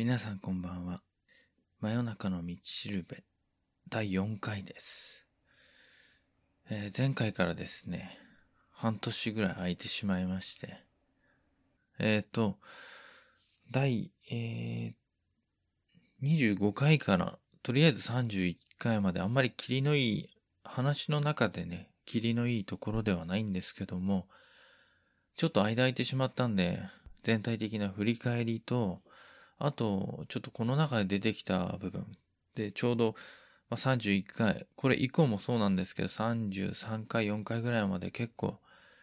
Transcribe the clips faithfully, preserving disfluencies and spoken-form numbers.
皆さんこんばんは。真夜中の道しるべだいよんかいです。えー前回からですね、半年ぐらい空いてしまいまして、えっ、と、第、えーにじゅうごかいからとりあえずさんじゅういっかいまであんまり切りのいい、話の中でね、切りのいいところではないんですけども、ちょっと間空いてしまったんで、全体的な振り返りと、あと、ちょっとこの中で出てきた部分で、ちょうど、まあ、さんじゅういっかい、これ以降もそうなんですけど、さんじゅうさんかい、よんかいぐらいまで結構、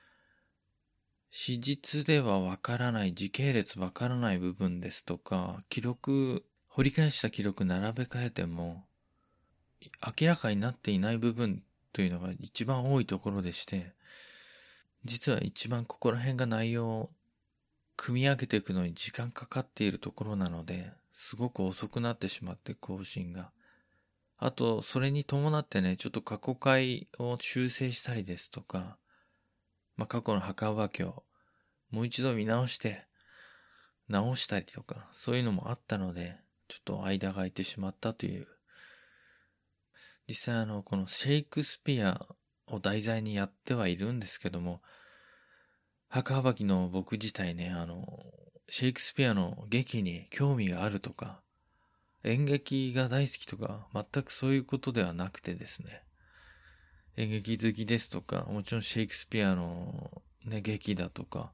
史実ではわからない、時系列わからない部分ですとか、記録、掘り返した記録並べ替えても、明らかになっていない部分というのが一番多いところでして、実は一番ここら辺が内容を組み上げていくのに時間かかっているところなので、すごく遅くなってしまって更新が。あと、それに伴ってね、ちょっと過去回を修正したりですとか、まあ、過去の墓場家をもう一度見直して、直したりとか、そういうのもあったので、ちょっと間が空いてしまったという。実際あの、このシェイクスピアを題材にやってはいるんですけども、墓場家の僕自体ね、あの、シェイクスピアの劇に興味があるとか、演劇が大好きとか、全くそういうことではなくてですね、演劇好きですとか、もちろんシェイクスピアの、ね、劇だとか、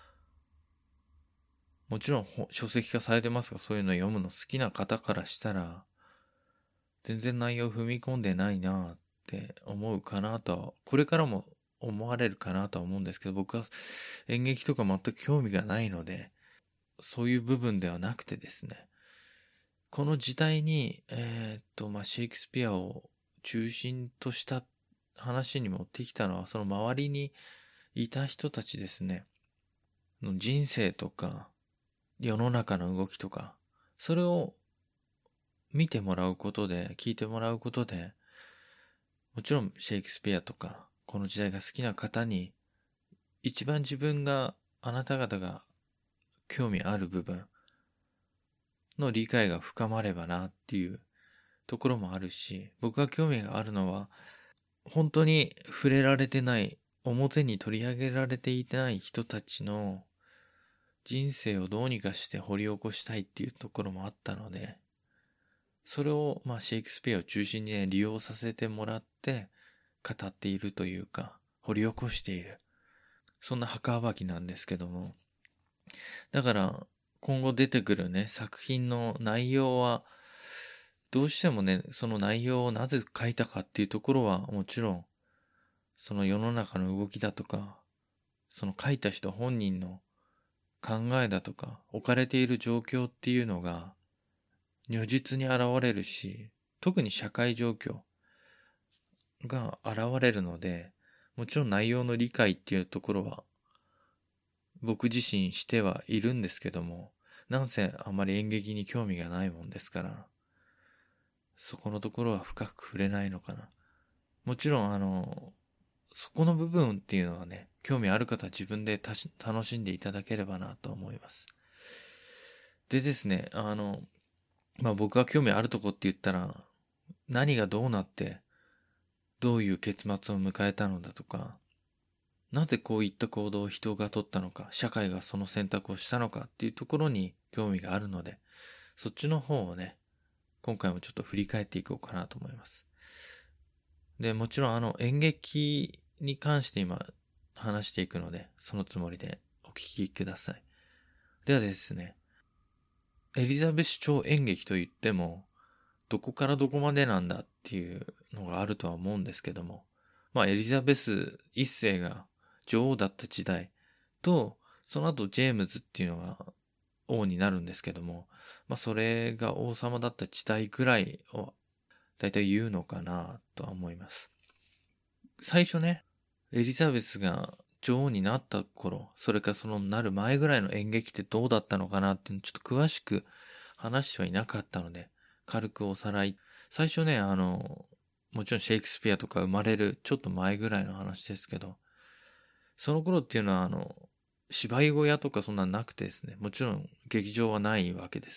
もちろん書籍化されてますが、そういうの読むの好きな方からしたら、全然内容踏み込んでないなって思うかなとは、これからも思われるかなとは思うんですけど、僕は演劇とか全く興味がないので、そういう部分ではなくてですね、この時代に、えーっと、まあ、シェイクスピアを中心とした話に持ってきたのは、その周りにいた人たちですね。の人生とか、世の中の動きとか、それを見てもらうことで、聞いてもらうことで、もちろんシェイクスピアとか、この時代が好きな方に、一番自分が、あなた方が興味ある部分の理解が深まればなっていうところもあるし、僕が興味があるのは、本当に触れられてない、表に取り上げられていない人たちの人生をどうにかして掘り起こしたいっていうところもあったので、それをまあシェイクスピアを中心に、ね、利用させてもらって語っているというか、掘り起こしている。そんな墓場きなんですけども。だから今後出てくるね、作品の内容は、どうしてもね、その内容をなぜ書いたかっていうところはもちろん、その世の中の動きだとか、その書いた人本人の考えだとか、置かれている状況っていうのが如実に現れるし、特に社会状況が現れるので、もちろん内容の理解っていうところは僕自身してはいるんですけども、なんせあまり演劇に興味がないもんですから、そこのところは深く触れないのかな。もちろんあの、そこの部分っていうのはね、興味ある方は自分で楽しんでいただければなと思います。でですね、あの、まあ僕が興味あるとこって言ったら、何がどうなって、どういう結末を迎えたのだとか、なぜこういった行動を人が取ったのか、社会がその選択をしたのかっていうところに興味があるので、そっちの方をね、今回もちょっと振り返っていこうかなと思います。で、もちろんあの演劇に関して今話していくので、そのつもりでお聞きください。ではですね、エリザベス朝演劇といっても、どこからどこまでなんだっていうのがあるとは思うんですけども、まあエリザベス一世が女王だった時代と、その後ジェームズっていうのが王になるんですけども、まあそれが王様だった時代ぐらいをだいたい言うのかなとは思います。最初ね、エリザベスが女王になった頃、それからそのなる前ぐらいの演劇ってどうだったのかなっていうのをちょっと詳しく話してはいなかったので、軽くおさらい。最初ね、あの、もちろんシェイクスピアとか生まれるちょっと前ぐらいの話ですけど、その頃っていうのはあの、芝居小屋とかそんななくてですね、もちろん劇場はないわけです。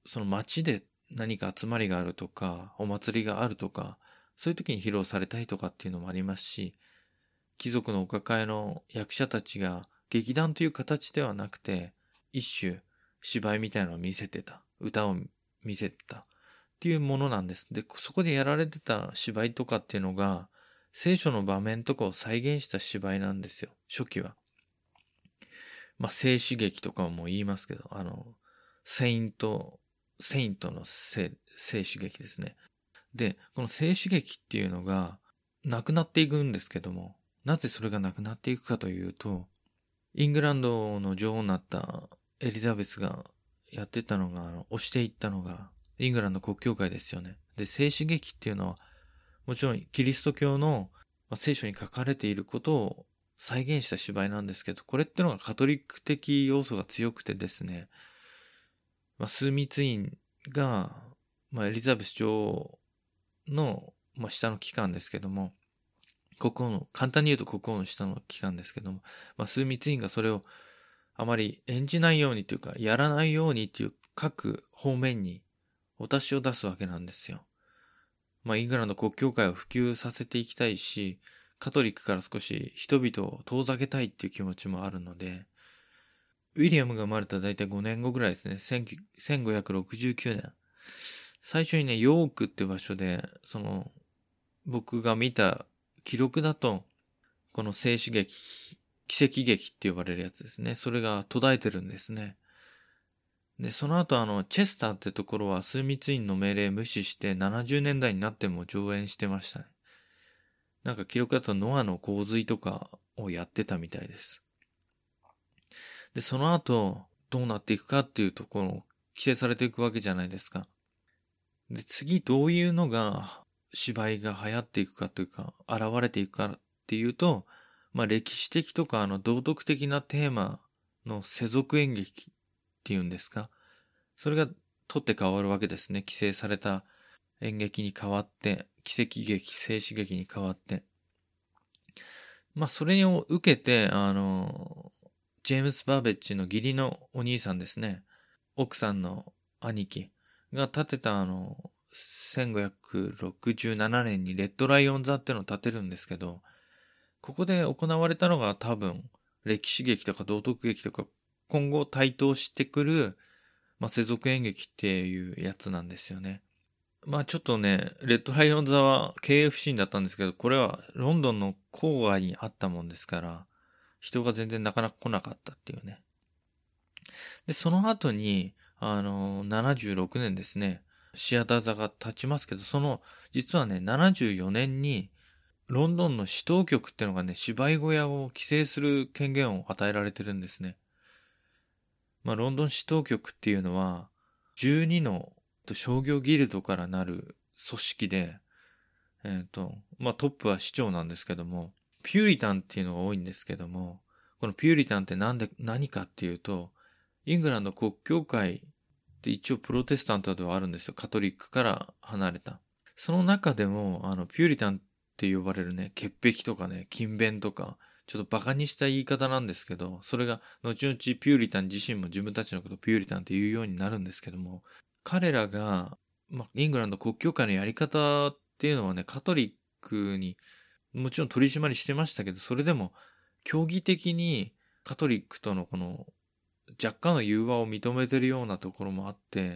その街で何か集まりがあるとか、お祭りがあるとか、そういう時に披露されたいとかっていうのもありますし、貴族のお抱えの役者たちが劇団という形ではなくて、一種芝居みたいなのを見せてた。歌を見せてた。っていうものなんです。で、そこでやられてた芝居とかっていうのが、聖書の場面とかを再現した芝居なんですよ。初期は。まあ、静止劇とかも言いますけど、あの、セイント、セイントの静止劇ですね。で、この静止劇っていうのが、なくなっていくんですけども、なぜそれがなくなっていくかというと、イングランドの女王になったエリザベスがやってたのが、あの、押していったのが、イングランド国教会ですよね。で、静止劇っていうのは、もちろんキリスト教の聖書に書かれていることを再現した芝居なんですけど、これってのがカトリック的要素が強くてですね、まあ、枢密院が、まあ、エリザベス女王の、まあ、下の機関ですけども、国王の、簡単に言うと国王の下の機関ですけども、まあ、枢密院がそれをあまり演じないようにというか、やらないようにという各方面にお達しを出すわけなんですよ。まあ、イングランド国教会を普及させていきたいし、カトリックから少し人々を遠ざけたいっていう気持ちもあるので、ウィリアムが生まれた大体ごねんごぐらいですね。せんごひゃくろくじゅうきゅうねん。最初にね、ヨークって場所で、その、僕が見た記録だと、この静止劇、奇跡劇って呼ばれるやつですね。それが途絶えてるんですね。で、その後あの、チェスターってところは枢密院の命令無視してななじゅうねんだいになっても上演してましたね。なんか記録だとノアの洪水とかをやってたみたいです。で、その後、どうなっていくかっていうところを規制されていくわけじゃないですか。で、次どういうのが芝居が流行っていくかというか、現れていくかっていうと、まあ歴史的とかあの道徳的なテーマの世俗演劇っていうんですか。それが取って変わるわけですね。規制された演劇に変わって、奇跡劇、静止劇に変わって。まあそれを受けて、あの、ジェームス・バーベッジの義理のお兄さんですね。奥さんの兄貴が建てたあの、せんごひゃくろくじゅうななねんにレッドライオン座っていうのを建てるんですけど、ここで行われたのが多分、歴史劇とか道徳劇とか、今後台頭してくる、まあ、世俗演劇っていうやつなんですよね。まあちょっとね、レッドライオン座は経営不振だったんですけど、これはロンドンの郊外にあったもんですから、人が全然なかなか来なかったっていうね。で、その後に、あの、ななじゅうろくねんですね、シアター座が立ちますけど、その、実はね、ななじゅうよねんに、ロンドンの市当局っていうのがね、芝居小屋を規制する権限を与えられてるんですね。まあ、ロンドン市当局っていうのは、じゅうにの商業ギルドからなる組織で、えっと、まあ、トップは市長なんですけども、ピューリタンっていうのが多いんですけども、このピューリタンってなんで、何かっていうと、イングランド国教会って一応プロテスタントではあるんですよ。カトリックから離れた。その中でも、あの、ピューリタンって呼ばれるね、潔癖とかね、勤勉とか、ちょっとバカにした言い方なんですけど、それが後々ピューリタン自身も自分たちのことをピューリタンって言うようになるんですけども、彼らが、まあ、イングランド国教会のやり方っていうのはね、カトリックにもちろん取り締まりしてましたけど、それでも、競技的にカトリックとのこの若干の融和を認めてるようなところもあって、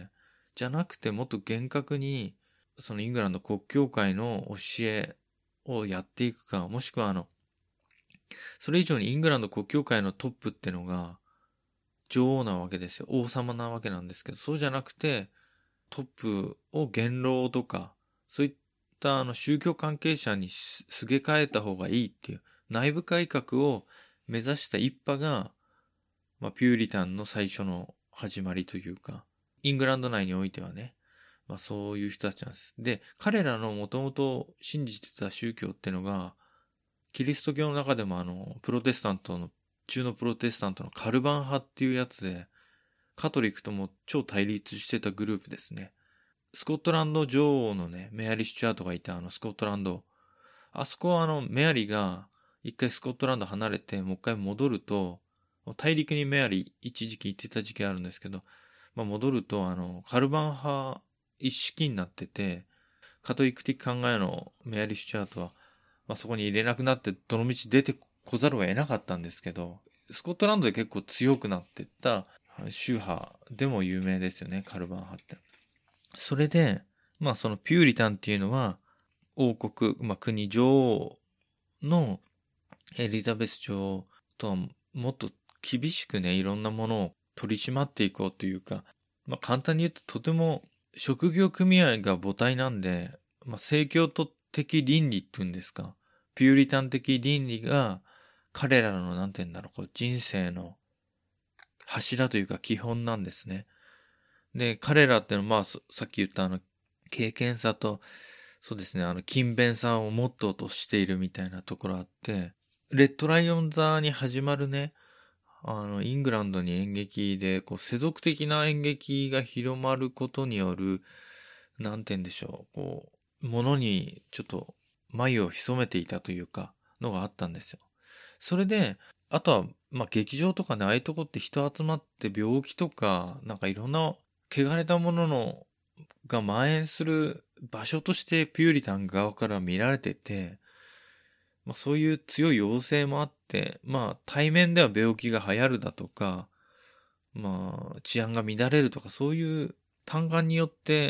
じゃなくてもっと厳格に、そのイングランド国教会の教えをやっていくか、もしくはあの、それ以上にイングランド国教会のトップってのが女王なわけですよ。王様なわけなんですけど、そうじゃなくて、トップを元老とか、そういったあの宗教関係者にすげ替えた方がいいっていう内部改革を目指した一派が、まあ、ピューリタンの最初の始まりというか、イングランド内においてはね、まあそういう人たちなんです。で、彼らのもともと信じてた宗教っていうのが、キリスト教の中でもあの、プロテスタントの、中のプロテスタントのカルバン派っていうやつで、カトリックとも超対立してたグループですね。スコットランド女王のね、メアリー・スチュアートがいたあのスコットランド。あそこはあの、メアリーが一回スコットランド離れて、もう一回戻ると、大陸にメアリー一時期行ってた時期あるんですけど、 まあ、戻ると、あの、カルバン派一式になってて、カトリック的考えのメアリー・スチュアートは、まあ、そこに入れなくなって、どの道出てこざるを得なかったんですけど、スコットランドで結構強くなっていった宗派でも有名ですよね、カルバン派って。それで、まあそのピューリタンっていうのは、王国、まあ国女王のエリザベス女王とはもっと厳しくね、いろんなものを取り締まっていこうというか、まあ簡単に言うととても職業組合が母体なんで、まあ正教徒的倫理っていうんですか、ピューリタン的倫理が彼らのなんて言うんだろう、こう人生の柱というか基本なんですね。で、彼らってのは、まあ、さっき言ったあの、経験さと、そうですね、あの、勤勉さをモットーとしているみたいなところあって、レッドライオン座に始まるね、あの、イングランドに演劇で、こう、世俗的な演劇が広まることによる、なんて言うんでしょう、こう、ものにちょっと眉を潜めていたというか、のがあったんですよ。それで、あとは、まあ、劇場とかね、ああいうとこって人集まって病気とか、なんかいろんな汚れたもののが蔓延する場所としてピューリタン側から見られてて、まあ、そういう強い要請もあって、まあ対面では病気が流行るだとか、まあ治安が乱れるとかそういう嘆願によって、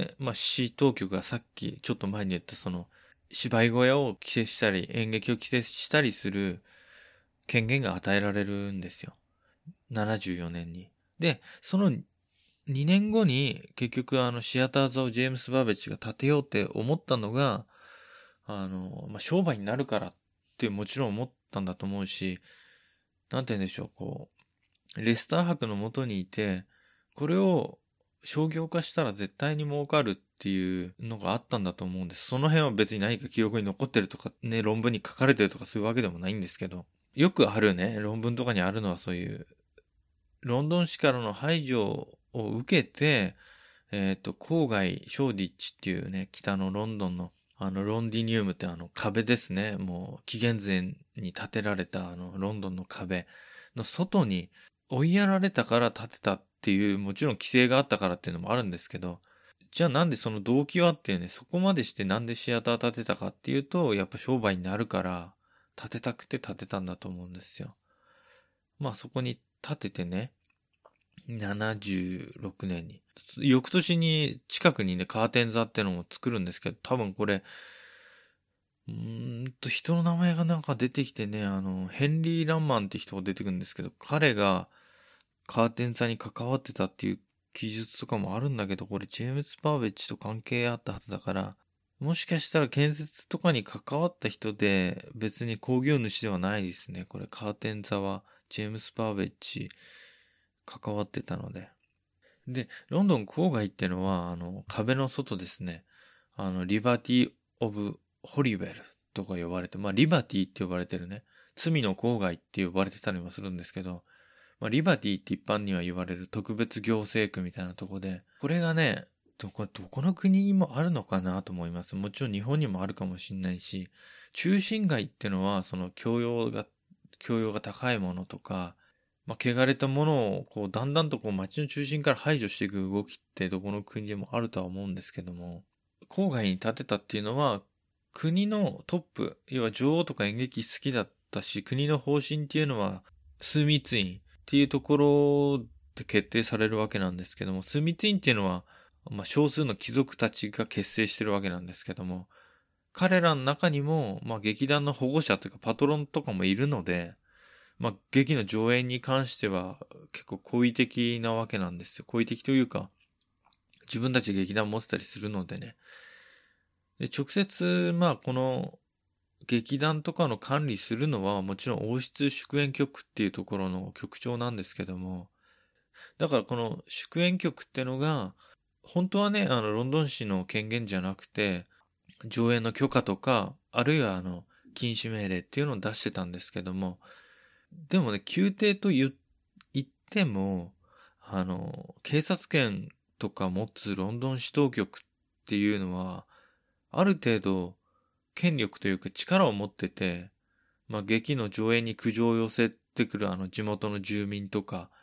まあ市当局がさっきちょっと前に言ったその芝居小屋を規制したり演劇を規制したりする権限が与えられるんですよ。ななじゅうよねんに。で、そのにねんごに結局あのシアター座をジェームス・バーベッジが建てようって思ったのが、あの、まあ、商売になるからってもちろん思ったんだと思うし、なんて言うんでしょう、こう、レスター博の元にいて、これを商業化したら絶対に儲かるっていうのがあったんだと思うんです。その辺は別に何か記録に残ってるとかね、論文に書かれてるとかそういうわけでもないんですけど、よくあるね、論文とかにあるのはそういう、ロンドン市からの排除を受けて、えっと、郊外、ショーディッチっていうね、北のロンドンの、あの、ロンディニウムってあの壁ですね。もう、紀元前に建てられたあの、ロンドンの壁の外に追いやられたから建てたっていう、もちろん規制があったからっていうのもあるんですけど、じゃあなんでその動機はあってね、そこまでしてなんでシアター建てたかっていうと、やっぱ商売になるから、建てたくて建てたんだと思うんですよ。まあそこに建ててね、ななじゅうろくねんに。翌年に近くにね、カーテン座ってのも作るんですけど、多分これ、うーんと、人の名前がなんか出てきてね、あの、ヘンリー・ランマンって人が出てくるんですけど、彼がカーテン座に関わってたっていう記述とかもあるんだけど、これジェームス・バーベッジと関係あったはずだから、もしかしたら建設とかに関わった人で、別に工業主ではないですね。これカーテン座はジェームス・バーベッジ関わってたので。で、ロンドン郊外ってのは、あの、壁の外ですね。あの、リバティ・オブ・ホリウェルとか呼ばれて、まあ、リバティって呼ばれてるね。罪の郊外って呼ばれてたりもするんですけど、まあ、リバティって一般には言われる特別行政区みたいなとこで、これがね、どこ、どこの国にもあるのかなと思います。もちろん日本にもあるかもしれないし、中心街ってのは、その教養が、教養が高いものとか、まあ、汚れたものを、こう、だんだんとこう、街の中心から排除していく動きってどこの国でもあるとは思うんですけども、郊外に建てたっていうのは、国のトップ、要は女王とか演劇好きだったし、国の方針っていうのは、枢密院っていうところで決定されるわけなんですけども、枢密院っていうのは、まあ、少数の貴族たちが結成してるわけなんですけども、彼らの中にも、まあ、劇団の保護者というかパトロンとかもいるので、まあ、劇の上演に関しては結構好意的なわけなんですよ。好意的というか、自分たち劇団持ってたりするのでね。で、直接、まあ、この劇団とかの管理するのはもちろん王室祝宴局っていうところの局長なんですけども、だからこの祝宴局ってのが、本当はね、あの、ロンドン市の権限じゃなくて、上演の許可とか、あるいはあの、禁止命令っていうのを出してたんですけども、でもね、宮廷と言っても、あの、警察権とか持つロンドン市当局っていうのは、ある程度、権力というか力を持ってて、まあ、劇の上演に苦情を寄せてくるあの地元の住民とか、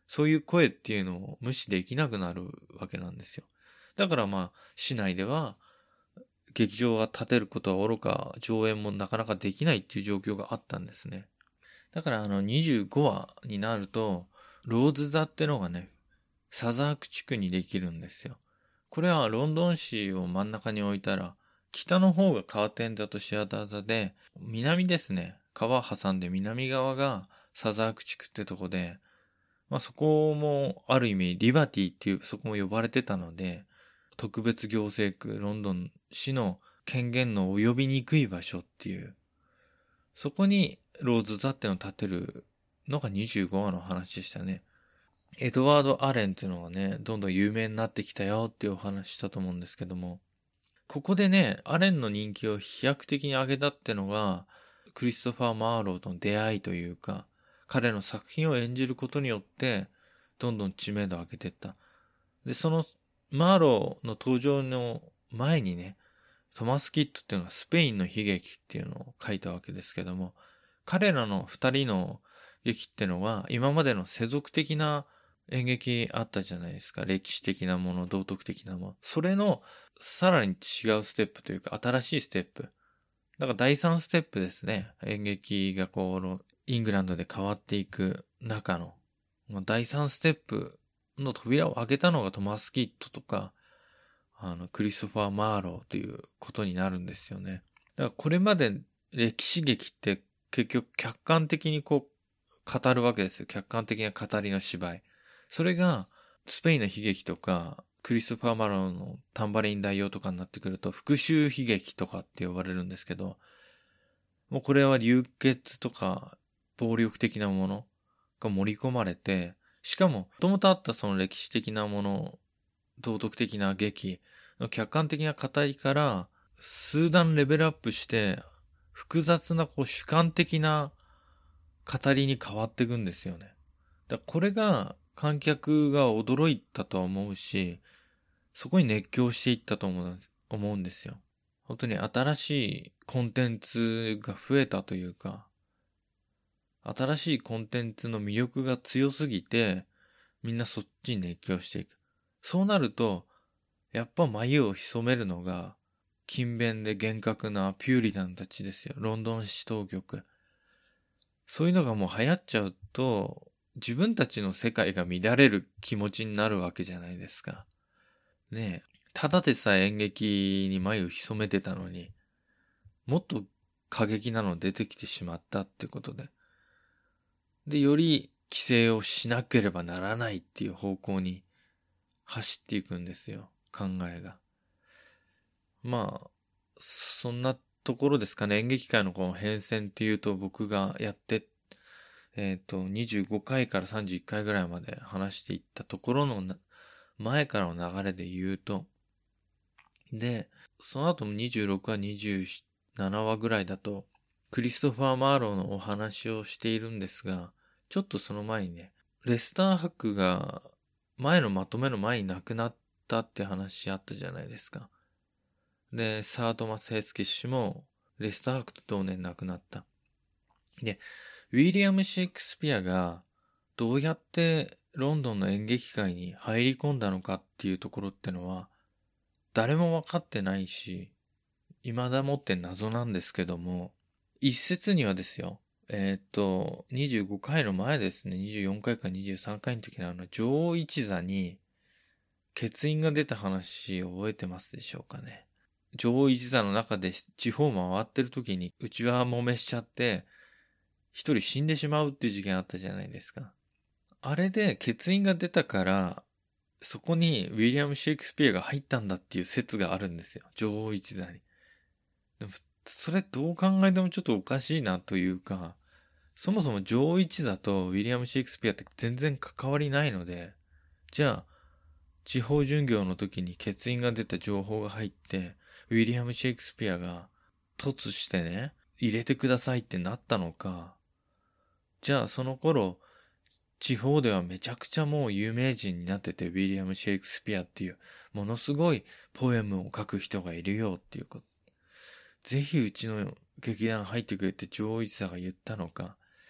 そういう声っていうのを無視できなくなるわけなんですよ。だからまあ、市内では、劇場が建てることは愚か、上演もなかなかできないっていう状況があったんですね。だからあのにじゅうごわになると、ローズ座ってのがね、サザーク地区にできるんですよ。これはロンドン市を真ん中に置いたら、北の方がカーテン座とシアター座で、南ですね、川挟んで南側がサザーク地区ってとこで、まあそこもある意味リバティっていうそこも呼ばれてたので、特別行政区ロンドン市の権限の及びにくい場所っていう、そこにローズ座っていうのを建てるのがにじゅうごわの話でしたね。エドワード・アレンっていうのがね、どんどん有名になってきたよっていうお話したと思うんですけども、ここでね、アレンの人気を飛躍的に上げたってのが、クリストファー・マーローとの出会いというか、彼の作品を演じることによって、どんどん知名度を上げていった。で、そのマーローの登場の前にね、トマス・キッドっていうのがスペインの悲劇っていうのを書いたわけですけども、彼らの二人の劇ってのは、今までの世俗的な演劇あったじゃないですか。歴史的なもの、道徳的なもの。それのさらに違うステップというか、新しいステップ。だから第三ステップですね。演劇がこう、イングランドで変わっていく中の、第三ステップの扉を開けたのがトマス・キッドとか、あの、クリストファー・マーローということになるんですよね。だからこれまで歴史劇って結局客観的にこう語るわけですよ。客観的な語りの芝居。それがスペインの悲劇とかクリストファー・マーローのタンバリン大王とかになってくると復讐悲劇とかって呼ばれるんですけど、もうこれは流血とか暴力的なものが盛り込まれて、しかももともとあったその歴史的なもの、道徳的な劇の客観的な語りから数段レベルアップして複雑なこう主観的な語りに変わっていくんですよね。だからこれが観客が驚いたとは思うし、そこに熱狂していったと思う、思うんですよ。本当に新しいコンテンツが増えたというか、新しいコンテンツの魅力が強すぎて、みんなそっちに熱狂していく。そうなると、やっぱ眉を潜めるのが、勤勉で厳格なピューリタンたちですよ。ロンドン市当局。そういうのがもう流行っちゃうと、自分たちの世界が乱れる気持ちになるわけじゃないですか。ねえ。ただでさえ演劇に眉を潜めてたのに、もっと過激なの出てきてしまったってことで。で、より規制をしなければならないっていう方向に走っていくんですよ。考えが。まあ、そんなところですかね。演劇界のこの変遷っていうと僕がやって、えっと、にじゅうごかいからさんじゅういっかいぐらいまで話していったところの前からの流れで言うと、で、その後もにじゅうろくわ、にじゅうななわぐらいだと、クリストファー・マーローのお話をしているんですが、ちょっとその前にね、レスター博が前のまとめの前に亡くなったって話あったじゃないですか。で、サートマス・ヘイスケ氏もレスター博と同年亡くなった。で、ウィリアム・シェイクスピアがどうやってロンドンの演劇界に入り込んだのかっていうところってのは、誰も分かってないし、未だもって謎なんですけども、一説にはですよ、えーっと、にじゅうごかいの前ですね、にじゅうよんかいかにじゅうさんかいの時のあの、女王一座に、欠員が出た話覚えてますでしょうかね。女王一座の中で地方回ってる時に、うちは揉めしちゃって、一人死んでしまうっていう事件あったじゃないですか。あれで欠員が出たから、そこにウィリアム・シェイクスピアが入ったんだっていう説があるんですよ。女王一座に。でもそれどう考えてもちょっとおかしいなというか、そもそも女王一座とウィリアム・シェイクスピアって全然関わりないので、じゃあ、地方巡業の時に欠員が出た情報が入って、ウィリアム・シェイクスピアが突してね、入れてくださいってなったのか、じゃあその頃、地方ではめちゃくちゃもう有名人になってて、ウィリアム・シェイクスピアっていう、ものすごいポエムを書く人がいるよっていうこと。ぜひうちの劇団入ってくれって女王一座が言ったのか、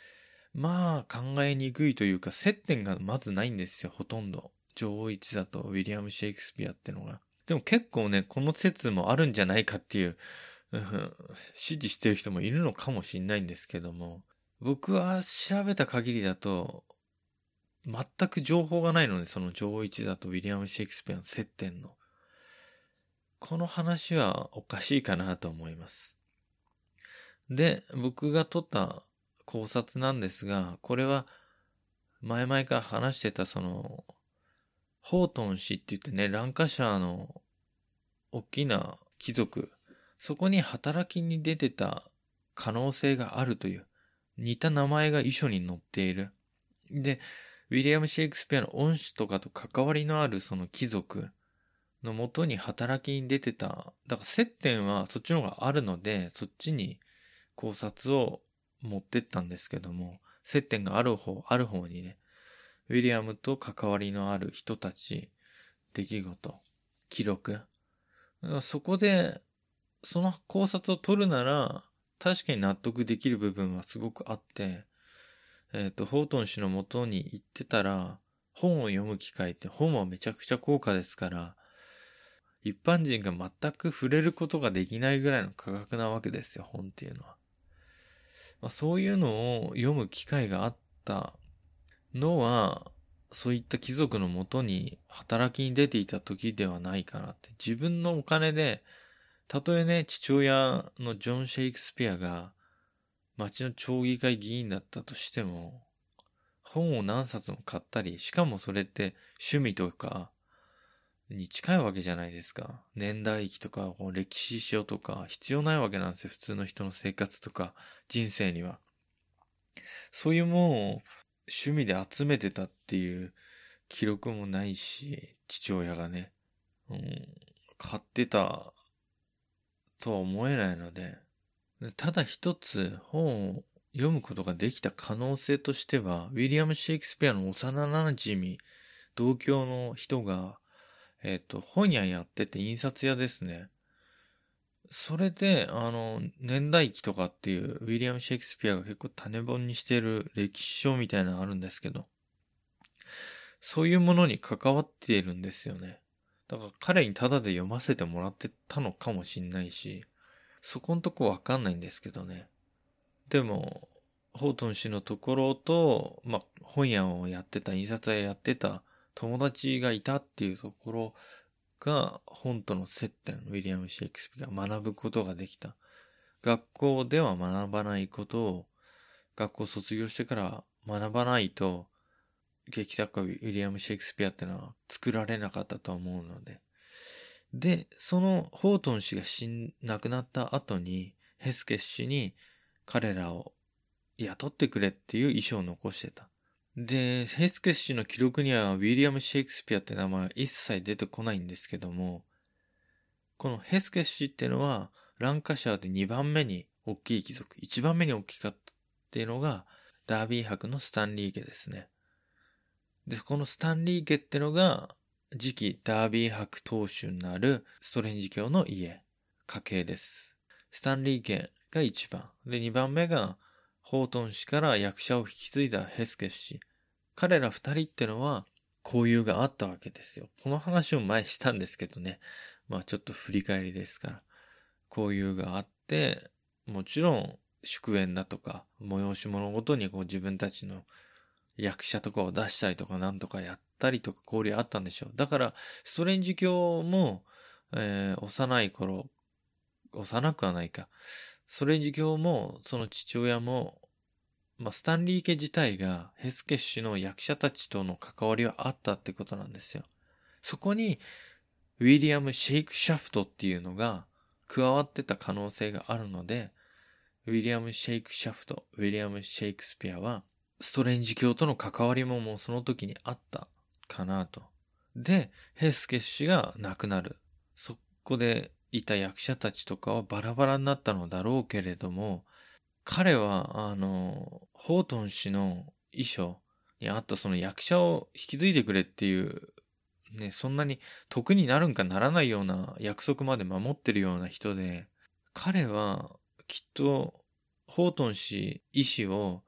まあ考えにくいというか、接点がまずないんですよ、ほとんど。女王一座とウィリアム・シェイクスピアってのが。でも結構ね、この説もあるんじゃないかっていう、うん、支持してる人もいるのかもしれないんですけども、僕は調べた限りだと、全く情報がないので、その女王一座とウィリアム・シェイクスピアの接点の。この話はおかしいかなと思います。で、僕が取った考察なんですが、これは前々から話してたその、ホートン氏って言ってね、ランカシャーの大きな貴族、そこに働きに出てた可能性があるという、似た名前が遺書に載っている。で、ウィリアム・シェイクスピアの恩師とかと関わりのあるその貴族のもとに働きに出てた。だから接点はそっちの方があるので、そっちに考察を持ってったんですけども、接点がある方、ある方にね、ウィリアムと関わりのある人たち、出来事、記録。そこで、その考察を取るなら、確かに納得できる部分はすごくあって、えっと、ホートン氏の元に行ってたら、本を読む機会って本はめちゃくちゃ高価ですから、一般人が全く触れることができないぐらいの価格なわけですよ、本っていうのは。まあ、そういうのを読む機会があったのは、そういった貴族のもとに働きに出ていた時ではないかなって。自分のお金で、たとえね、父親のジョン・シェイクスピアが町の町議会議員だったとしても、本を何冊も買ったり、しかもそれって趣味とかに近いわけじゃないですか。年代記とか歴史書とか必要ないわけなんですよ。普通の人の生活とか人生には。そういうものを趣味で集めてたっていう記録もないし、父親がね、うん、買ってたとは思えないので、ただ一つ本を読むことができた可能性としては、ウィリアム・シェイクスピアの幼馴染、同郷の人が、えっと、本屋やってて印刷屋ですね。それで、あの、年代記とかっていう、ウィリアム・シェイクスピアが結構種本にしてる歴史書みたいなのあるんですけど、そういうものに関わっているんですよね。だから彼にタダで読ませてもらってたのかもしんないし、そこんとこわかんないんですけどね。でも、ホートン氏のところと、まあ、本屋をやってた、印刷屋やってた友達がいたっていうところが、本との接点、ウィリアム・シェイクスピアが学ぶことができた。学校では学ばないことを、学校卒業してから学ばないと、劇作家ウィリアム・シェイクスピアってのは作られなかったと思うので。で、そのホートン氏が死ん、亡くなった後に、ヘスケス氏に彼らを雇ってくれっていう遺書を残してた。で、ヘスケス氏の記録にはウィリアム・シェイクスピアって名前は一切出てこないんですけども、このヘスケス氏っていうのはランカシャーでにばんめに大きい貴族、いちばんめに大きかったっていうのがダービー伯のスタンリー家ですね。で、このスタンリー家ってのが次期ダービー伯当主になるストレンジ教の家、家系です。スタンリー家がいちばん。で、にばんめがホートン氏から役者を引き継いだヘスケス氏。彼ら二人ってのは交友があったわけですよ。この話を前したんですけどね。まあちょっと振り返りですから。交友があって、もちろん祝宴だとか催し物ごとにこう自分たちの役者とかを出したりとかなんとかやったりとか交流あったんでしょう。だからストレンジ教も、えー、幼い頃、幼くはないか。ストレンジ教もその父親も、まあ、スタンリー家自体がヘスケス氏の役者たちとの関わりはあったってことなんですよ。そこにウィリアム・シェイクシャフトっていうのが加わってた可能性があるので、ウィリアム・シェイクシャフト、ウィリアム・シェイクスピアはストレンジ教との関わりももうその時にあったかなと。で、ヘスケス氏が亡くなる。そこでいた役者たちとかはバラバラになったのだろうけれども、彼は、あの、ホートン氏の遺書にあったその役者を引き継いでくれっていう、ね、そんなに得になるんかならないような約束まで守ってるような人で、彼はきっとホートン氏医師を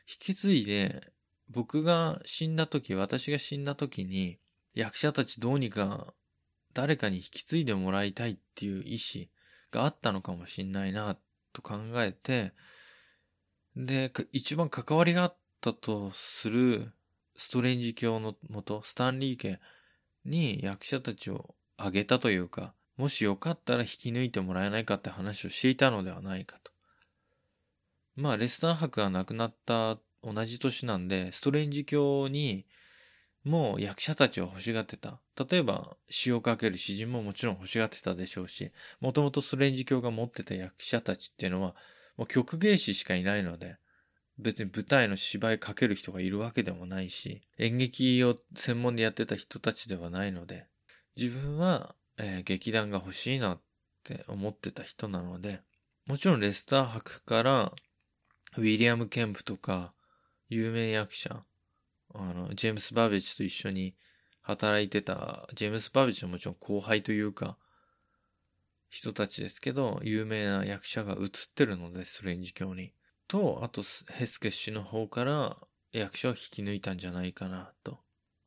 引き継いで、僕が死んだ時、私が死んだ時に、役者たちどうにか誰かに引き継いでもらいたいっていう意思があったのかもしんないなと考えて、で、一番関わりがあったとするストレンジ教のもと、スタンリー家に役者たちをあげたというか、もしよかったら引き抜いてもらえないかって話をしていたのではないかと。まあ、レスター博が亡くなった同じ年なんで、ストレンジ教にもう役者たちを欲しがってた。例えば、詩をかける詩人ももちろん欲しがってたでしょうし、もともとストレンジ教が持ってた役者たちっていうのは、もう曲芸師しかいないので、別に舞台の芝居かける人がいるわけでもないし、演劇を専門でやってた人たちではないので、自分は、えー劇団が欲しいなって思ってた人なので、もちろんレスター博からウィリアム・ケンプとか有名役者、あの、ジェームス・バーベッジと一緒に働いてた、ジェームス・バーベッジはもちろん後輩というか、人たちですけど、有名な役者が映ってるので、ストレンジ教に。と、あと、ヘスケ氏の方から役者を引き抜いたんじゃないかなと。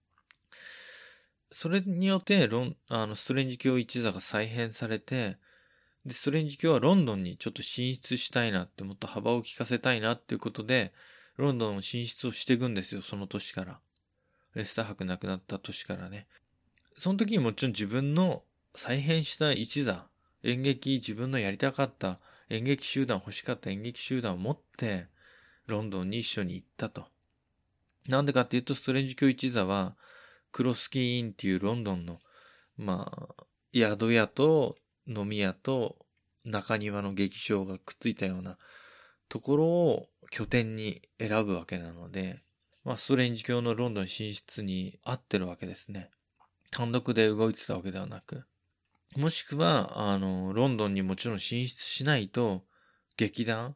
それによってロン、あの、ストレンジ教一座が再編されて、で、ストレンジ教はロンドンにちょっと進出したいなって、もっと幅を利かせたいなっていうことで、ロンドンを進出をしていくんですよ、その年から。レスター博亡くなった年からね。その時にもちろん自分の再編した一座、演劇、自分のやりたかった演劇集団、欲しかった演劇集団を持って、ロンドンに一緒に行ったと。なんでかっていうと、ストレンジ教一座は、クロスキーインっていうロンドンの、まあ、宿屋と飲み屋と中庭の劇場がくっついたようなところを拠点に選ぶわけなので、まあ、ストレンジ教のロンドン進出に合ってるわけですね。単独で動いてたわけではなく。もしくは、あの、ロンドンにもちろん進出しないと、劇団、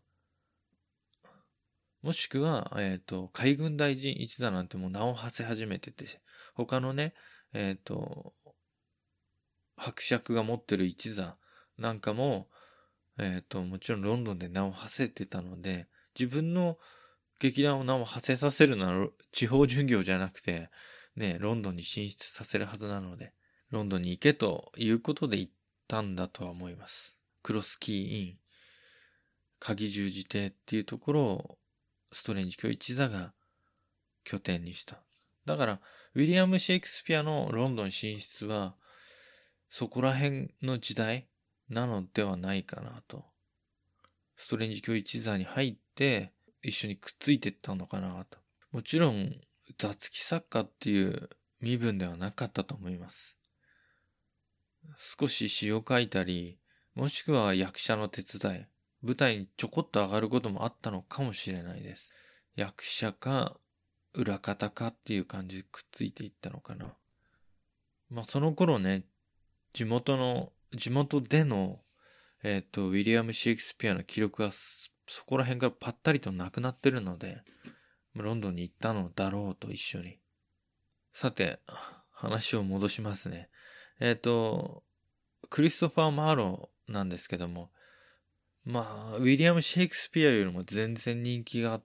もしくは、えっと、海軍大臣一座なんてもう名を馳せ始めてて、他のね、えっと、伯爵が持ってる一座なんかも、えっと、もちろんロンドンで名を馳せてたので、自分の劇団を名を馳せさせるなら地方巡業じゃなくて、ね、ロンドンに進出させるはずなので、ロンドンに行けということで行ったんだとは思います。クロスキーイン、鍵十字邸っていうところをストレンジ教一座が拠点にした。だから、ウィリアム・シェイクスピアのロンドン進出は、そこら辺の時代なのではないかなと。ストレンジ教一座に入って、一緒にくっついていったのかなと。もちろん、雑記作家っていう身分ではなかったと思います。少し詩を書いたり、もしくは役者の手伝い、舞台にちょこっと上がることもあったのかもしれないです。役者か、裏方かっていう感じでくっついていったのかな。まあその頃ね、地元の、地元での、えっと、ウィリアム・シェイクスピアの記録がそこら辺からぱったりとなくなってるので、ロンドンに行ったのだろうと一緒に。さて、話を戻しますね。えっと、クリストファー・マーローなんですけども、まあ、ウィリアム・シェイクスピアよりも全然人気があって、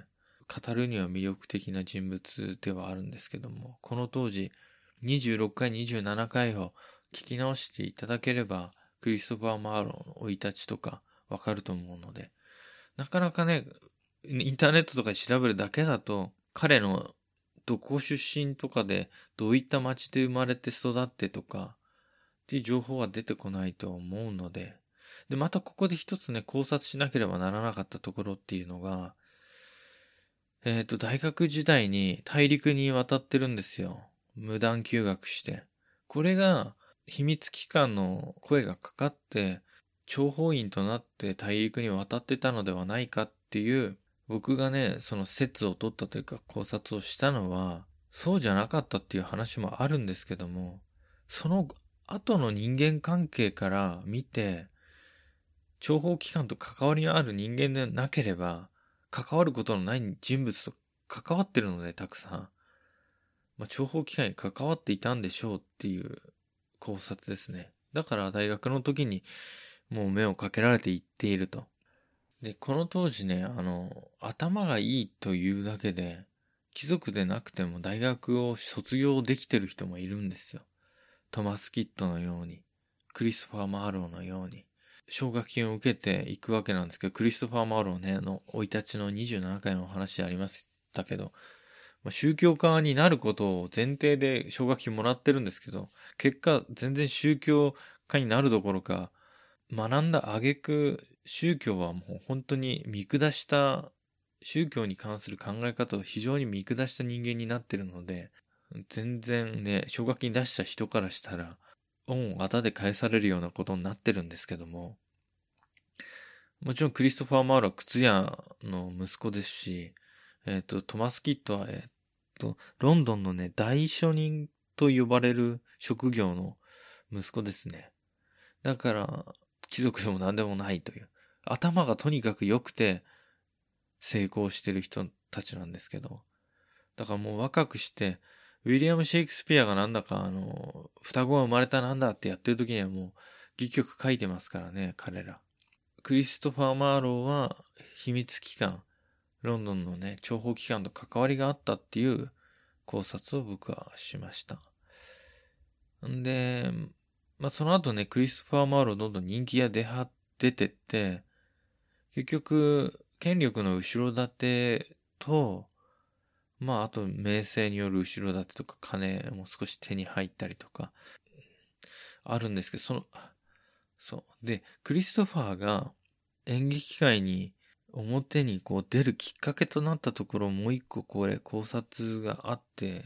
語るには魅力的な人物ではあるんですけども、この当時、にじゅうろっかい、にじゅうななかいを聞き直していただければ、クリストファー・マーローの生い立ちとかわかると思うので、なかなかね、インターネットとかで調べるだけだと、彼のどこ出身とかで、どういった町で生まれて育ってとか、っていう情報は出てこないと思うので、で、またここで一つね、考察しなければならなかったところっていうのが、えっと、大学時代に大陸に渡ってるんですよ。無断休学して。これが、秘密機関の声がかかって、諜報員となって大陸に渡ってたのではないかっていう、僕がね、その説を取ったというか考察をしたのは、そうじゃなかったっていう話もあるんですけども、その後の人間関係から見て、諜報機関と関わりのある人間でなければ、関わることのない人物と関わってるので、たくさん。まあ、諜報機関に関わっていたんでしょうっていう考察ですね。だから大学の時にもう目をかけられていっていると。 で、この当時ね、あの、頭がいいというだけで、貴族でなくても大学を卒業できてる人もいるんですよ。トマス・キッドのように、クリストファー・マーローのように、奨学金を受けていくわけなんですけど、クリストファー・マーローね、の生い立ちのにじゅうななかいのお話でありましたけど、まあ、宗教家になることを前提で奨学金もらってるんですけど、結果全然宗教家になるどころか、学んだ挙句、宗教はもう本当に見下した、宗教に関する考え方を非常に見下した人間になってるので、全然ね、奨学金出した人からしたら、恩をあだで返されるようなことになってるんですけども、もちろんクリストファー・マールは靴屋の息子ですし、えっと、トマス・キッドは、えっと、ロンドンのね、大書人と呼ばれる職業の息子ですね。だから、貴族でも何でもないという。頭がとにかく良くて成功してる人たちなんですけど。だからもう若くして、ウィリアム・シェイクスピアがなんだか、あの、双子が生まれたなんだってやってる時にはもう、戯曲書いてますからね、彼ら。クリストファー・マーローは、秘密機関、ロンドンのね、諜報機関と関わりがあったっていう考察を僕はしました。んで、まあ、その後ね、クリストファー・マーローどんどん人気が出は、出てって、結局、権力の後ろ盾と、まあ、あと、名声による後ろ盾とか、金も少し手に入ったりとか、あるんですけど、その、そう。で、クリストファーが演劇界に表にこう出るきっかけとなったところ、もう一個これ考察があって、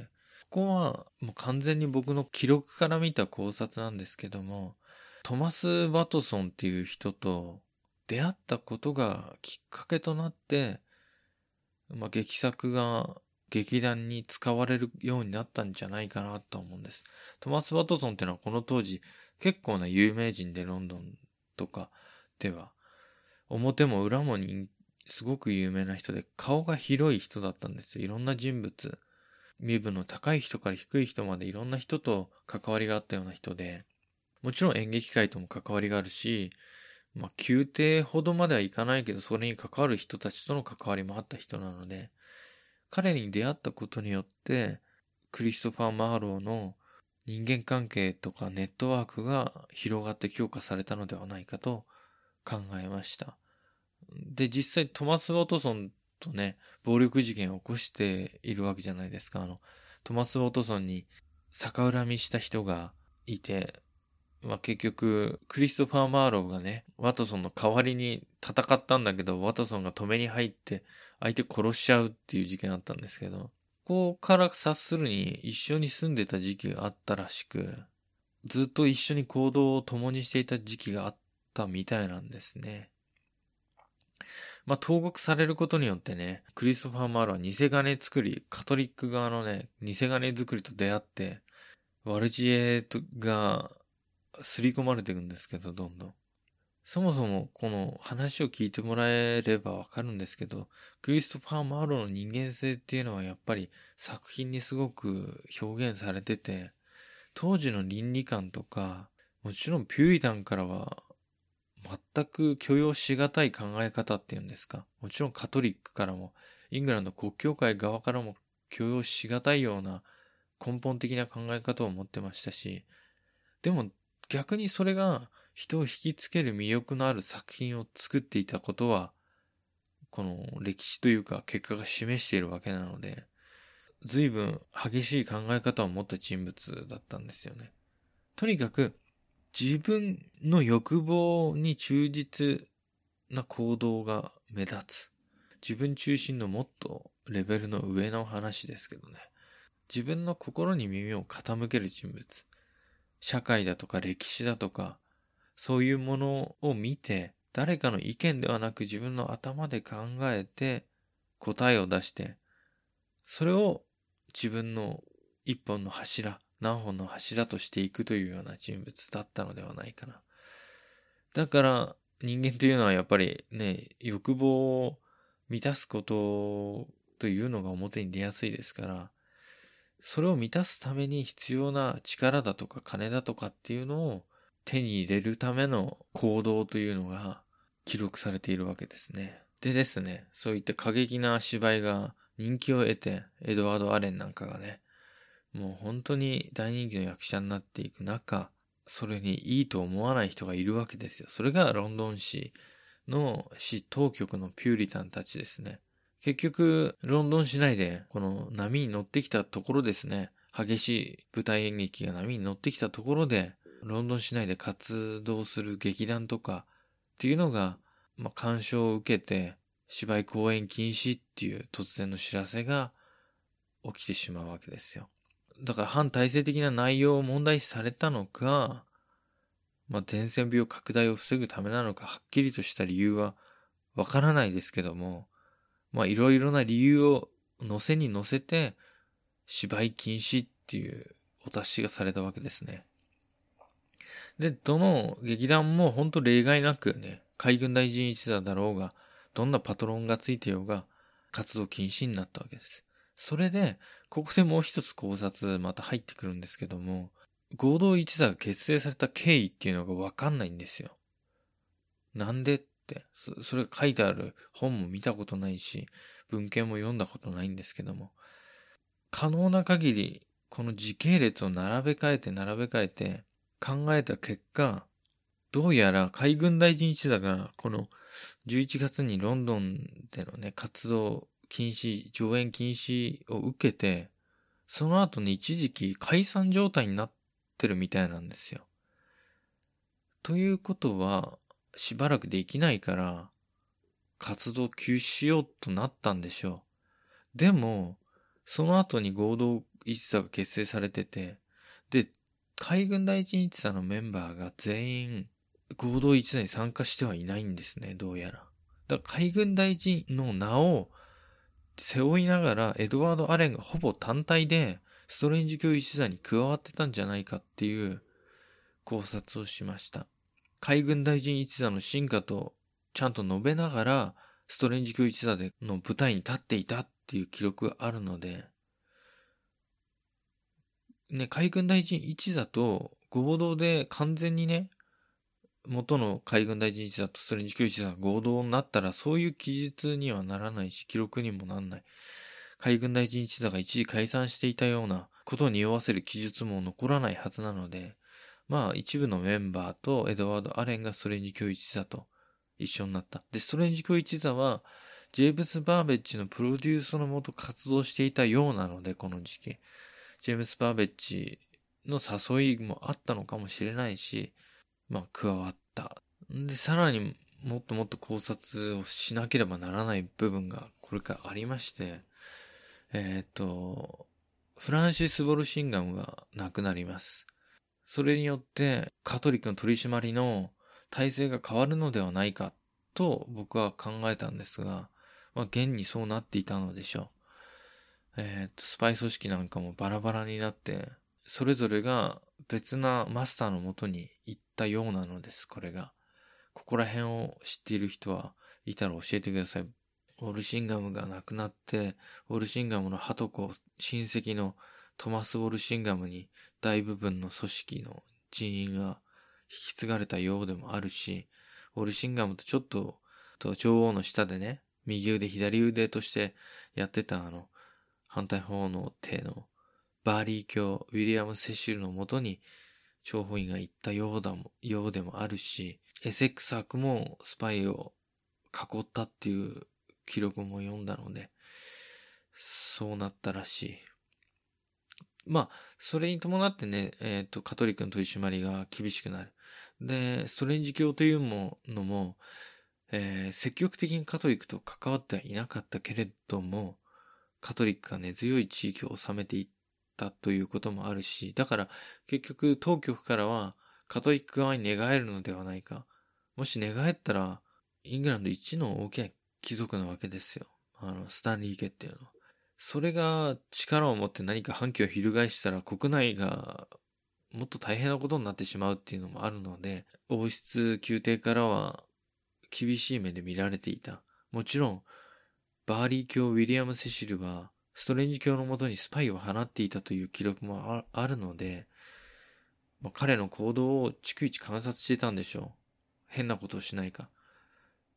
ここはもう完全に僕の記録から見た考察なんですけども、トマス・ワトソンっていう人と出会ったことがきっかけとなって、まあ、劇作が劇団に使われるようになったんじゃないかなと思うんです。トマス・ワトソンっていうのはこの当時結構な有名人でロンドンとかでは表も裏もにすごく有名な人で顔が広い人だったんですよ。いろんな人物、身分の高い人から低い人までいろんな人と関わりがあったような人で、もちろん演劇界とも関わりがあるし、まあ宮廷ほどまではいかないけどそれに関わる人たちとの関わりもあった人なので、彼に出会ったことによってクリストファー・マーローの人間関係とかネットワークが広がって強化されたのではないかと考えました。で、実際トマス・ワトソンとね、暴力事件を起こしているわけじゃないですか。あの、トマス・ワトソンに逆恨みした人がいて、まあ、結局、クリストファー・マーローがね、ワトソンの代わりに戦ったんだけど、ワトソンが止めに入って、相手殺しちゃうっていう事件あったんですけど、ここから察するに一緒に住んでた時期があったらしく、ずっと一緒に行動を共にしていた時期があったみたいなんですね。まあ、投獄されることによってね、クリストファー・マーローは偽金作り、カトリック側のね、偽金作りと出会って、ワルジエが刷り込まれていくんですけど、どんどん。そもそもこの話を聞いてもらえればわかるんですけど、クリストファー・マーローの人間性っていうのはやっぱり作品にすごく表現されてて、当時の倫理観とか、もちろんピューリタンからは全く許容しがたい考え方っていうんですか。もちろんカトリックからも、イングランド国教会側からも許容しがたいような根本的な考え方を持ってましたし、でも逆にそれが人を引きつける魅力のある作品を作っていたことは、この歴史というか結果が示しているわけなので、随分激しい考え方を持った人物だったんですよね。とにかく自分の欲望に忠実な行動が目立つ。自分中心のもっとレベルの上の話ですけどね。自分の心に耳を傾ける人物。社会だとか歴史だとか、そういうものを見て、誰かの意見ではなく自分の頭で考えて答えを出して、それを自分の一本の柱、何本の柱としていくというような人物だったのではないかな。だから人間というのはやっぱりね、欲望を満たすことというのが表に出やすいですから、それを満たすために必要な力だとか金だとかっていうのを手に入れるための行動というのが記録されているわけですね。でですね、そういった過激な芝居が人気を得て、エドワード・アレンなんかがね、もう本当に大人気の役者になっていく中、それにいいと思わない人がいるわけですよ。それがロンドン市の市当局のピューリタンたちですね。結局、ロンドン市内でこの波に乗ってきたところですね、激しい舞台演劇が波に乗ってきたところで、ロンドン市内で活動する劇団とかっていうのが、まあ、干渉を受けて、芝居公演禁止っていう突然の知らせが起きてしまうわけですよ。だから反体制的な内容を問題視されたのか、まあ、伝染病拡大を防ぐためなのか、はっきりとした理由はわからないですけども、まあいろいろな理由を乗せに乗せて、芝居禁止っていうお達しがされたわけですね。で、どの劇団も本当例外なくね、海軍大臣一座だろうが、どんなパトロンがついてようが、活動禁止になったわけです。それで、ここでもう一つ考察また入ってくるんですけども、合同一座が結成された経緯っていうのがわかんないんですよ。なんでって、そ、それが書いてある本も見たことないし、文献も読んだことないんですけども、可能な限り、この時系列を並べ替えて並べ替えて考えた結果、どうやら海軍大臣一座がこのじゅういちがつにロンドンでのね、活動禁止、上演禁止を受けて、その後に一時期解散状態になってるみたいなんですよ。ということは、しばらくできないから、活動休止しようとなったんでしょう。でも、その後に合同一座が結成されてて、で、海軍第一一座のメンバーが全員合同一座に参加してはいないんですね、どうやら。だから海軍第一の名を背負いながらエドワード・アレンがほぼ単体でストレンジ教一座に加わってたんじゃないかっていう考察をしました。海軍大臣一座の進化とちゃんと述べながら、ストレンジ教一座での舞台に立っていたっていう記録があるので、ね、海軍大臣一座と合同で完全にね、元の海軍大臣一座とストレンジ教一座が合同になったら、そういう記述にはならないし、記録にもなんない。海軍大臣一座が一時解散していたようなことを匂わせる記述も残らないはずなので、まあ一部のメンバーとエドワード・アレンがストレンジ教一座と一緒になった。で、ストレンジ教一座は、ジェームス・バーベッジのプロデュースのもと活動していたようなので、この時期。ジェームス・バーベッジの誘いもあったのかもしれないし、まあ加わった。で、さらにもっともっと考察をしなければならない部分がこれからありまして、えっと、フランシス・ボルシンガムが亡くなります。それによってカトリックの取り締まりの体制が変わるのではないかと僕は考えたんですが、まあ現にそうなっていたのでしょう。えっと、スパイ組織なんかもバラバラになって、それぞれが別なマスターのもとに行ったようなのです、これが。ここら辺を知っている人はいたら教えてください。ウォルシンガムが亡くなって、ウォルシンガムのはとこ、親戚のトマス・ウォルシンガムに大部分の組織の人員が引き継がれたようでもあるし、ウォルシンガムとちょっと、と女王の下でね、右腕左腕としてやってたあの、反対方の帝のバーリー教ウィリアム・セシルのもとに諜報員が行ったようだも、ようでもあるし、エセックス博もスパイを囲ったっていう記録も読んだので、そうなったらしい。まあ、それに伴ってね、えっと、カトリックの取り締まりが厳しくなる。で、ストレンジ教というものも、えー積極的にカトリックと関わってはいなかったけれども、カトリックが根強い地域を治めていったということもあるし、だから結局当局からはカトリック側に寝返るのではないか。もし寝返ったら、イングランド一の大きな貴族なわけですよ。あの、スタンリー家っていうのは。それが力を持って何か反旗を翻したら国内がもっと大変なことになってしまうっていうのもあるので、王室宮廷からは厳しい目で見られていた。もちろん、バーリー教ウィリアム・セシルは、ストレンジ教のもとにスパイを放っていたという記録も あ, あるので、まあ、彼の行動を逐一観察していたんでしょう。変なことをしないか。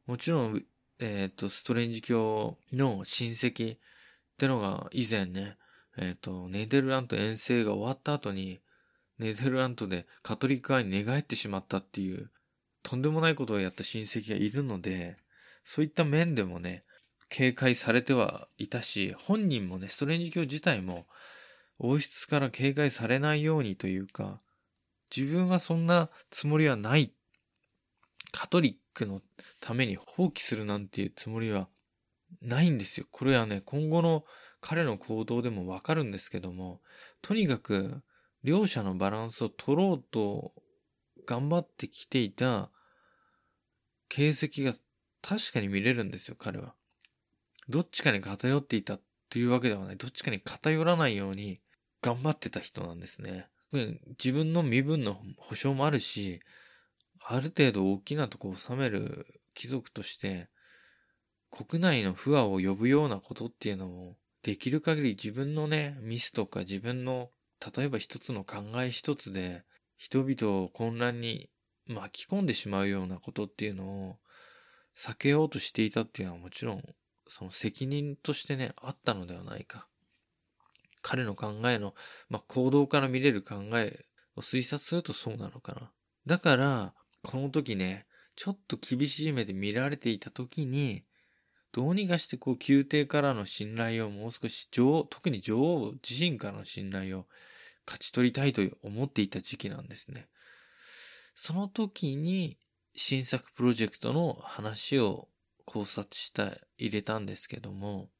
もちろん、えっと、ストレンジ教の親戚ってのが以前ね、えっと、ネデルラント遠征が終わった後に、ネデルラントでカトリック側に寝返ってしまったっていう、とんでもないことをやった親戚がいるので、そういった面でもね、警戒されてはいたし、本人もね、ストレンジ教自体も、王室から警戒されないようにというか、自分はそんなつもりはない。カトリックのために放棄するなんていうつもりはないんですよ。これはね、今後の彼の行動でもわかるんですけども、とにかく両者のバランスを取ろうと頑張ってきていた形跡が確かに見れるんですよ、彼は。どっちかに偏っていたというわけではない。どっちかに偏らないように頑張ってた人なんですね。自分の身分の保証もあるし、ある程度大きなとこを治める貴族として、国内の不和を呼ぶようなことっていうのも、できる限り自分のね、ミスとか自分の、例えば一つの考え一つで、人々を混乱に巻き込んでしまうようなことっていうのを避けようとしていたっていうのはもちろん、その責任としてね、あったのではないか。彼の考えの、まあ、行動から見れる考えを推察するとそうなのかな。だから、この時ね、ちょっと厳しい目で見られていた時に、どうにかしてこう宮廷からの信頼をもう少し女王、特に女王自身からの信頼を勝ち取りたいと思っていた時期なんですね。その時に新作プロジェクトの話を考察した入れたんですけども、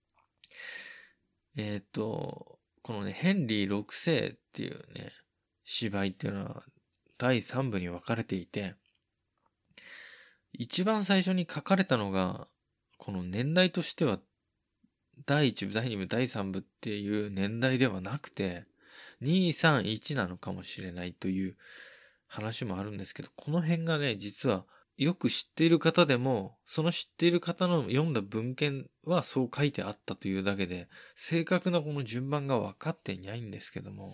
えっと、このね、ヘンリーろくせいっていうね、芝居っていうのはだいさんぶに分かれていて、一番最初に書かれたのが、この年代としてはだいいち部、だいに部、だいさん部っていう年代ではなくて、に、さん、いちなのかもしれないという話もあるんですけど、この辺がね、実はよく知っている方でも、その知っている方の読んだ文献はそう書いてあったというだけで、正確なこの順番が分かっていないんですけども、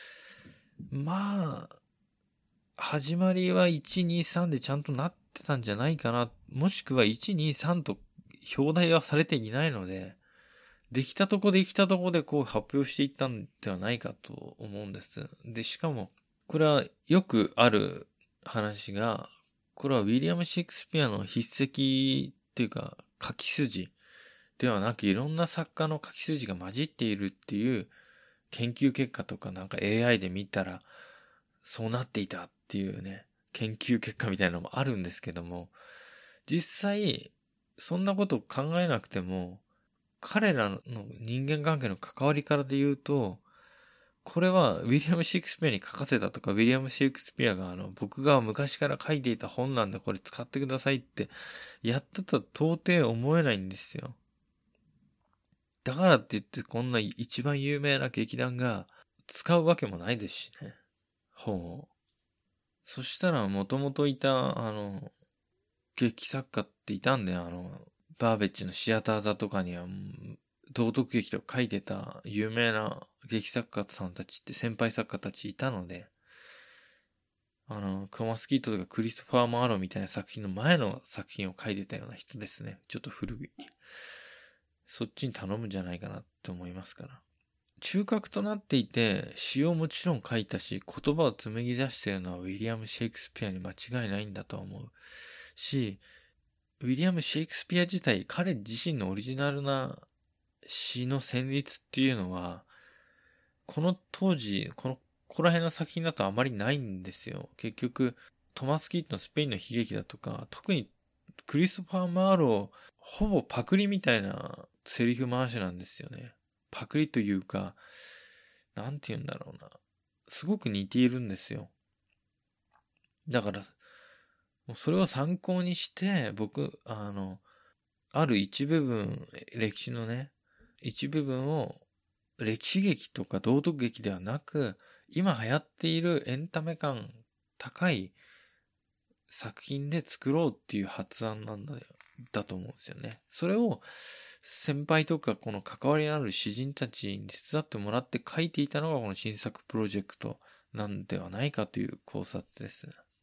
まあ、始まりはいち、に、さんでちゃんとなってたんじゃないかな。もしくはいち、に、さんと表題はされていないので、できたとこできたとこでこう発表していったんではないかと思うんです。で、しかも、これはよくある話が、これはウィリアム・シェイクスピアの筆跡っていうか書き筋ではなく、いろんな作家の書き筋が混じっているっていう研究結果とかなんか エーアイ で見たらそうなっていたっていうね、研究結果みたいなのもあるんですけども、実際そんなことを考えなくても、彼らの人間関係の関わりからで言うと、これはウィリアム・シェイクスピアに書かせたとか、ウィリアム・シェイクスピアがあの僕が昔から書いていた本なんでこれ使ってくださいってやってたと到底思えないんですよ。だからって言ってこんな一番有名な劇団が使うわけもないですしね。本を。そしたら元々いたあの劇作家っていたんで、あのバーベッジのシアター座とかには道徳劇とか書いてた有名な劇作家さんたちって先輩作家たちいたので、あの、トマス・キッドとかクリストファー・マーローみたいな作品の前の作品を書いてたような人ですね。ちょっと古い。そっちに頼むんじゃないかなって思いますから。中核となっていて、詩をもちろん書いたし、言葉を紡ぎ出しているのはウィリアム・シェイクスピアに間違いないんだと思うし、ウィリアム・シェイクスピア自体、彼自身のオリジナルな詩の旋律っていうのは、この当時、この、ここら辺の作品だとあまりないんですよ。結局、トマス・キッドのスペインの悲劇だとか、特にクリストファー・マーロー、ほぼパクリみたいなセリフ回しなんですよね。パクリというか、なんて言うんだろうな。すごく似ているんですよ。だから、もうそれを参考にして、僕、あの、ある一部分、歴史のね、一部分を歴史劇とか道徳劇ではなく、今流行っているエンタメ感高い作品で作ろうっていう発案なんだよ、だと思うんですよね。それを先輩とかこの関わりのある詩人たちに手伝ってもらって書いていたのがこの新作プロジェクトなんではないかという考察です。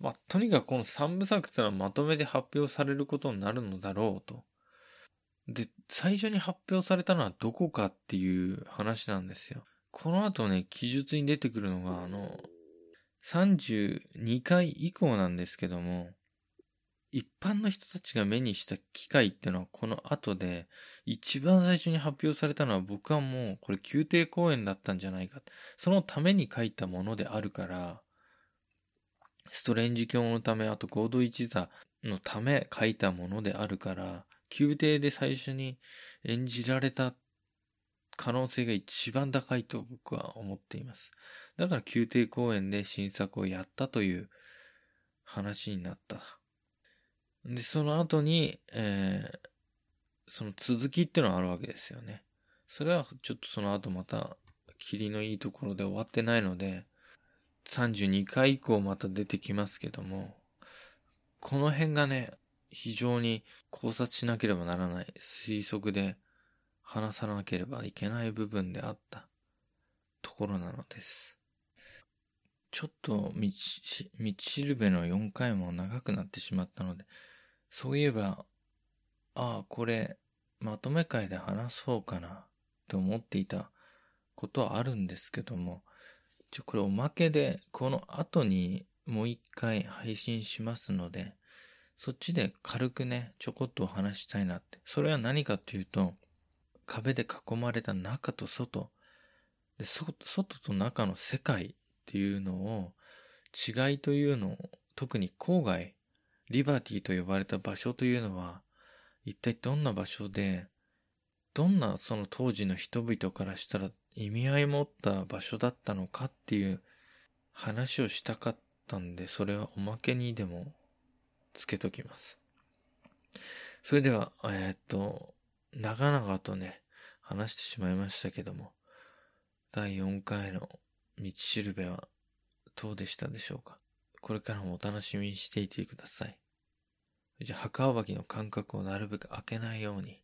まあ、とにかくこの三部作ってのはまとめて発表されることになるのだろうと。で、最初に発表されたのはどこかっていう話なんですよ。この後ね、記述に出てくるのが、あの、さんじゅうにかい以降なんですけども、一般の人たちが目にした機会っていうのはこの後で、一番最初に発表されたのは僕はもうこれ宮廷公演だったんじゃないか。そのために書いたものであるから、ストレンジ教のため、あと合同一座のため書いたものであるから、宮廷で最初に演じられた可能性が一番高いと僕は思っています。だから宮廷公演で新作をやったという話になった。で、その後に、えー、その続きっていうのがあるわけですよね。それはちょっとその後また、キリのいいところで終わってないので、さんじゅうにかい以降また出てきますけども、この辺がね、非常に考察しなければならない推測で話さなければいけない部分であったところなのです。ちょっと道しるべのよんかいも長くなってしまったので、そういえば、ああ、これ、まとめ会で話そうかな、と思っていたことはあるんですけども、ちょ、これおまけで、この後にもう一回配信しますので、そっちで軽くね、ちょこっとお話したいなって。それは何かっていうと、壁で囲まれた中と外、で外と中の世界っていうのを、違いというのを、特に郊外、リバティと呼ばれた場所というのは、一体どんな場所で、どんなその当時の人々からしたら意味合い持った場所だったのかっていう話をしたかったんで、それはおまけにでもつけときます。それでは、えー、っと、長々とね、話してしまいましたけども、だいよんかいの道しるべはどうでしたでしょうか。これからもお楽しみにしていてください。じゃあ、墓おばきの間隔をなるべく開けないように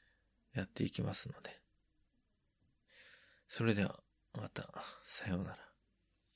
やっていきますので。それでは、また、さようなら。